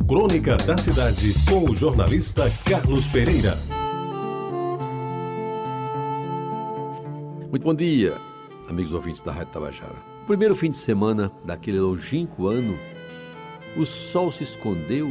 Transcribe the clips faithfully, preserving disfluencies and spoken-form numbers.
Crônica da Cidade, com o jornalista Carlos Pereira. Muito bom dia, amigos ouvintes da Rádio Tabajara. No primeiro fim de semana daquele longínquo ano, o sol se escondeu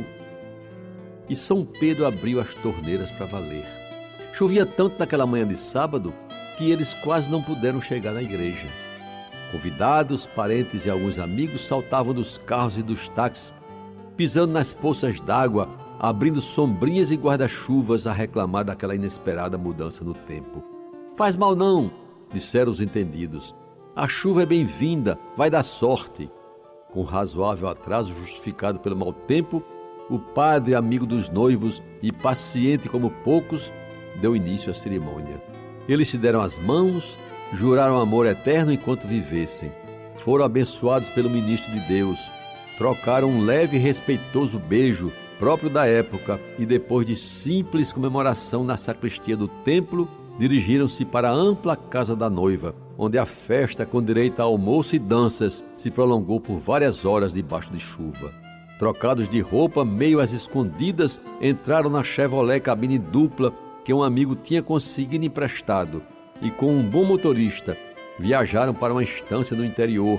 e São Pedro abriu as torneiras para valer. Chovia tanto naquela manhã de sábado que eles quase não puderam chegar na igreja. Convidados, parentes e alguns amigos saltavam dos carros e dos táxis, pisando nas poças d'água, abrindo sombrinhas e guarda-chuvas a reclamar daquela inesperada mudança no tempo. Faz mal não, disseram os entendidos. A chuva é bem-vinda, vai dar sorte. Com razoável atraso justificado pelo mau tempo, o padre, amigo dos noivos e paciente como poucos, deu início à cerimônia. Eles se deram as mãos, juraram amor eterno enquanto vivessem. Foram abençoados pelo ministro de Deus, trocaram um leve e respeitoso beijo próprio da época e depois de simples comemoração na sacristia do templo, dirigiram-se para a ampla casa da noiva, onde a festa, com direito a almoço e danças, se prolongou por várias horas debaixo de chuva. Trocados de roupa, meio às escondidas, entraram na Chevrolet cabine dupla que um amigo tinha conseguido emprestado e, com um bom motorista, viajaram para uma estância no interior,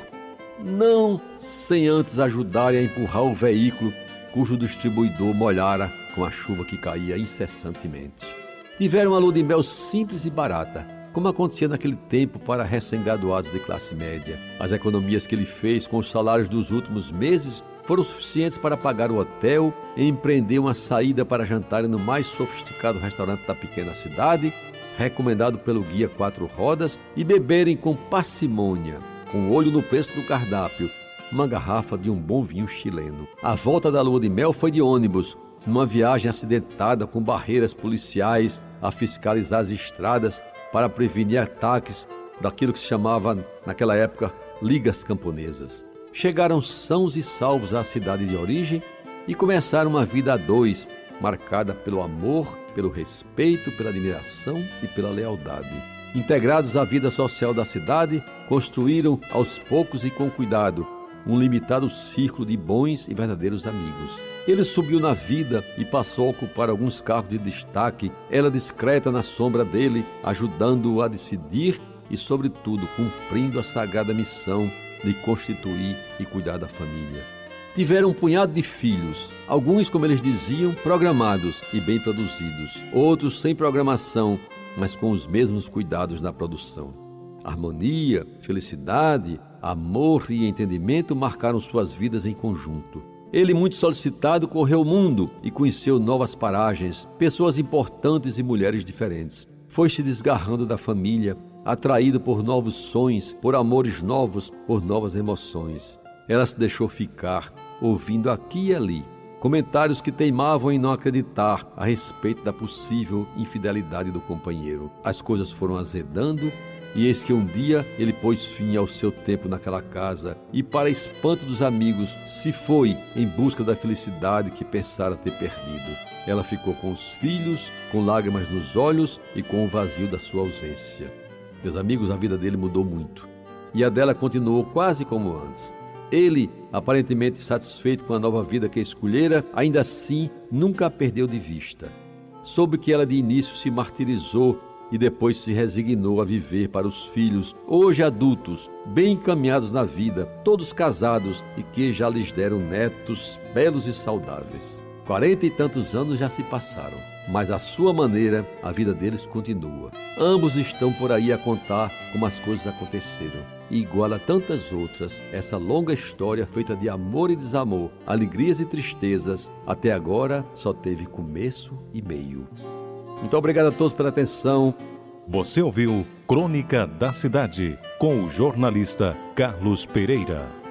não sem antes ajudarem a empurrar o veículo cujo distribuidor molhara com a chuva que caía incessantemente. Tiveram uma lua de mel simples e barata, como acontecia naquele tempo para recém-graduados de classe média. As economias que ele fez com os salários dos últimos meses foram suficientes para pagar o hotel e empreender uma saída para jantarem no mais sofisticado restaurante da pequena cidade, recomendado pelo guia Quatro Rodas, e beberem com parcimônia, com olho no preço do cardápio, uma garrafa de um bom vinho chileno. A volta da lua de mel foi de ônibus, numa viagem acidentada com barreiras policiais a fiscalizar as estradas para prevenir ataques daquilo que se chamava, naquela época, ligas camponesas. Chegaram sãos e salvos à cidade de origem e começaram uma vida a dois, marcada pelo amor, pelo respeito, pela admiração e pela lealdade. Integrados à vida social da cidade, construíram, aos poucos e com cuidado, um limitado círculo de bons e verdadeiros amigos. Ele subiu na vida e passou a ocupar alguns cargos de destaque, ela discreta na sombra dele, ajudando-o a decidir e, sobretudo, cumprindo a sagrada missão de constituir e cuidar da família. Tiveram um punhado de filhos, alguns, como eles diziam, programados e bem produzidos, outros sem programação, mas com os mesmos cuidados na produção. Harmonia, felicidade, amor e entendimento marcaram suas vidas em conjunto. Ele, muito solicitado, correu o mundo e conheceu novas paragens, pessoas importantes e mulheres diferentes. Foi se desgarrando da família, atraído por novos sonhos, por amores novos, por novas emoções. Ela se deixou ficar, ouvindo aqui e ali comentários que teimavam em não acreditar a respeito da possível infidelidade do companheiro. As coisas foram azedando e eis que um dia ele pôs fim ao seu tempo naquela casa e, para espanto dos amigos, se foi em busca da felicidade que pensara ter perdido. Ela ficou com os filhos, com lágrimas nos olhos e com o vazio da sua ausência. Meus amigos, a vida dele mudou muito e a dela continuou quase como antes. Ele, aparentemente satisfeito com a nova vida que escolhera, ainda assim nunca a perdeu de vista. Soube que ela de início se martirizou e depois se resignou a viver para os filhos, hoje adultos, bem encaminhados na vida, todos casados e que já lhes deram netos belos e saudáveis. Quarenta e tantos anos já se passaram, mas à sua maneira a vida deles continua. Ambos estão por aí a contar como as coisas aconteceram. E igual a tantas outras, essa longa história feita de amor e desamor, alegrias e tristezas, até agora só teve começo e meio. Muito obrigado a todos pela atenção. Você ouviu Crônica da Cidade, com o jornalista Carlos Pereira.